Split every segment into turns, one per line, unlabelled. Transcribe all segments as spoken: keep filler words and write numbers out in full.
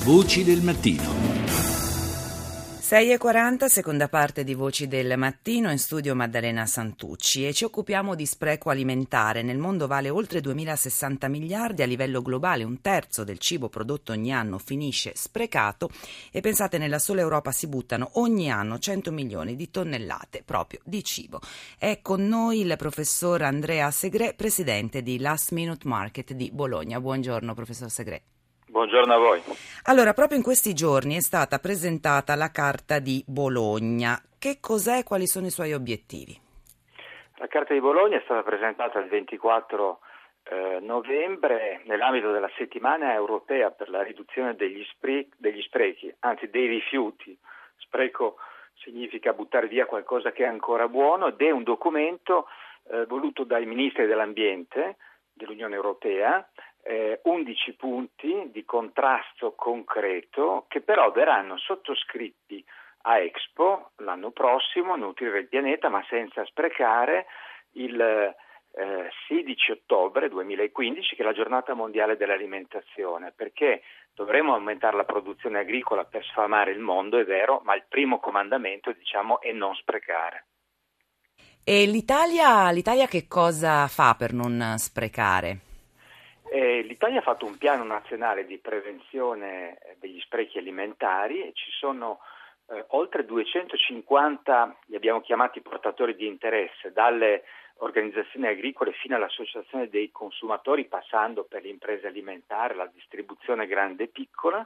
Voci del mattino.
sei e quaranta, seconda parte di Voci del Mattino, in studio Maddalena Santucci, e ci occupiamo di spreco alimentare. Nel mondo vale oltre duemilasessanta miliardi, a livello globale un terzo del cibo prodotto ogni anno finisce sprecato e pensate, nella sola Europa si buttano ogni anno cento milioni di tonnellate proprio di cibo. È con noi il professor Andrea Segrè, presidente di Last Minute Market di Bologna. Buongiorno professor Segrè.
Buongiorno a voi.
Allora, proprio in questi giorni è stata presentata la Carta di Bologna. Che cos'è e quali sono i suoi obiettivi?
La Carta di Bologna è stata presentata il ventiquattro eh, novembre nell'ambito della settimana europea per la riduzione degli, spre- degli sprechi, anzi dei rifiuti. Spreco significa buttare via qualcosa che è ancora buono, ed è un documento eh, voluto dai ministri dell'ambiente dell'Unione Europea, eh, undici punti di contrasto concreto che però verranno sottoscritti a Expo l'anno prossimo, nutrire il pianeta ma senza sprecare, il eh, sedici ottobre duemilaquindici, che è la giornata mondiale dell'alimentazione, perché dovremo aumentare la produzione agricola per sfamare il mondo, è vero, ma il primo comandamento, diciamo, è non sprecare.
E l'Italia, l'Italia che cosa fa per non sprecare?
Eh, L'Italia ha fatto un piano nazionale di prevenzione degli sprechi alimentari e ci sono eh, oltre duecentocinquanta, li abbiamo chiamati portatori di interesse, dalle organizzazioni agricole fino all'associazione dei consumatori, passando per le imprese alimentari, la distribuzione grande e piccola,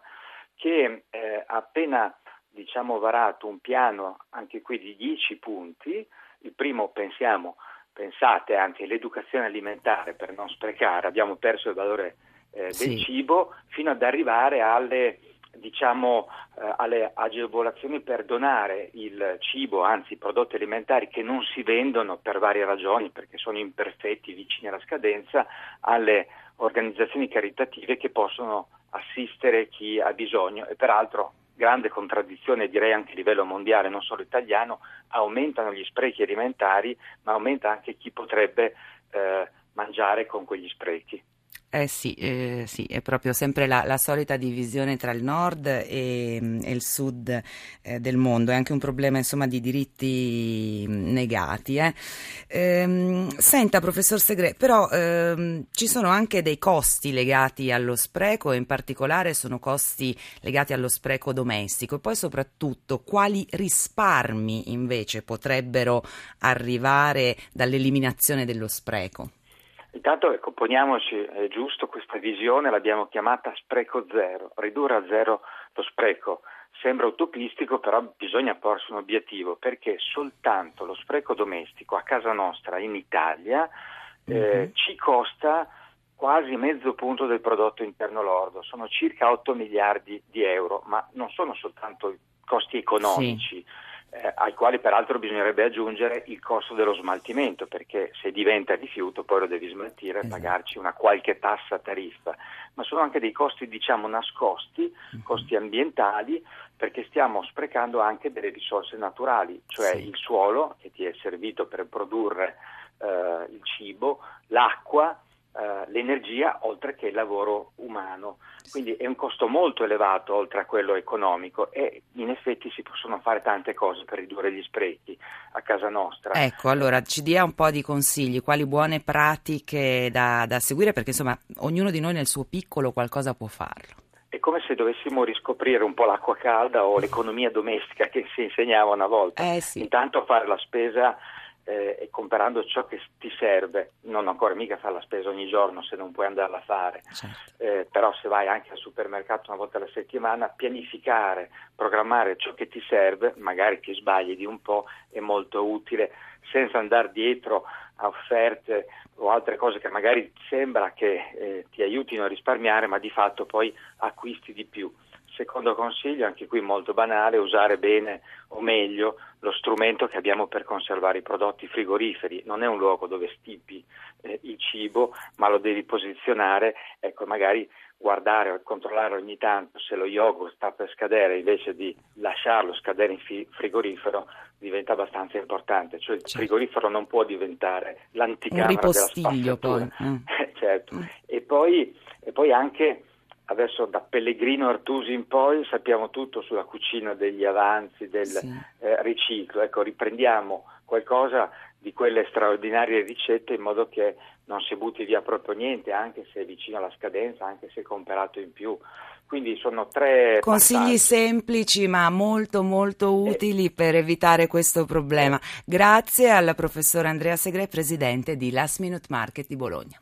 che eh, ha appena diciamo varato un piano anche qui di dieci punti. Il primo, pensiamo, pensate anche l'educazione alimentare per non sprecare, abbiamo perso il valore eh, del
Sì.
cibo, fino ad arrivare alle diciamo eh, alle agevolazioni per donare il cibo, anzi i prodotti alimentari che non si vendono per varie ragioni, perché sono imperfetti, vicini alla scadenza, alle organizzazioni caritative che possono assistere chi ha bisogno. E peraltro, grande contraddizione, direi anche a livello mondiale, non solo italiano, aumentano gli sprechi alimentari, ma aumenta anche chi potrebbe eh, mangiare con quegli sprechi.
Eh sì, eh, sì, è proprio sempre la, la solita divisione tra il nord e, e il sud eh, del mondo. È anche un problema, insomma, di diritti negati. Eh. Ehm, senta, professor Segrè, però ehm, ci sono anche dei costi legati allo spreco, e in particolare sono costi legati allo spreco domestico. E poi soprattutto quali risparmi invece potrebbero arrivare dall'eliminazione dello spreco?
Intanto ecco, poniamoci, è giusto, questa visione l'abbiamo chiamata spreco zero, ridurre a zero lo spreco. Sembra utopistico, però bisogna porsi un obiettivo, perché soltanto lo spreco domestico a casa nostra in Italia eh, mm-hmm. ci costa quasi mezzo punto del prodotto interno lordo, sono circa otto miliardi di euro, ma non sono soltanto costi economici. Sì. Eh, ai quali peraltro bisognerebbe aggiungere il costo dello smaltimento, perché se diventa rifiuto poi lo devi smaltire e pagarci una qualche tassa tariffa, ma sono anche dei costi diciamo nascosti, costi ambientali, perché stiamo sprecando anche delle risorse naturali, cioè sì. il suolo che ti è servito per produrre eh, il cibo, l'acqua, Uh, l'energia, oltre che il lavoro umano. Quindi è un costo molto elevato oltre a quello economico, e in effetti si possono fare tante cose per ridurre gli sprechi a casa nostra.
Ecco, allora ci dia un po' di consigli, quali buone pratiche da, da seguire, perché insomma ognuno di noi nel suo piccolo qualcosa può farlo.
È come se dovessimo riscoprire un po' l'acqua calda o l'economia domestica che si insegnava una volta.
Eh sì.
Intanto fare la spesa Eh, e comprando ciò che ti serve, non ancora mica fare la spesa ogni giorno se non puoi andarla a fare,
certo.
eh, però se vai anche al supermercato una volta alla settimana, pianificare, programmare ciò che ti serve, magari ti sbagli di un po', è molto utile, senza andare dietro a offerte o altre cose che magari sembra che eh, ti aiutino a risparmiare, ma di fatto poi acquisti di più. Secondo consiglio, anche qui molto banale, usare bene o meglio lo strumento che abbiamo per conservare i prodotti frigoriferi. Non è un luogo dove stippi eh, il cibo, ma lo devi posizionare, ecco, magari guardare o controllare ogni tanto se lo yogurt sta per scadere, invece di lasciarlo scadere in fi- frigorifero, diventa abbastanza importante. Cioè il frigorifero non può diventare l'anticamera
un ripostiglio
della spazzatura.
poi. Mm.
certo.
Mm.
E poi e poi anche adesso da Pellegrino Artusi in poi sappiamo tutto sulla cucina degli avanzi, del
Sì.
eh, riciclo. Ecco, riprendiamo qualcosa di quelle straordinarie ricette in modo che non si butti via proprio niente, anche se è vicino alla scadenza, anche se è comperato in più. Quindi sono tre
Consigli
passaggi.
semplici ma molto molto
Eh,
utili per evitare questo problema. Grazie al professor Andrea Segre, presidente di Last Minute Market di Bologna.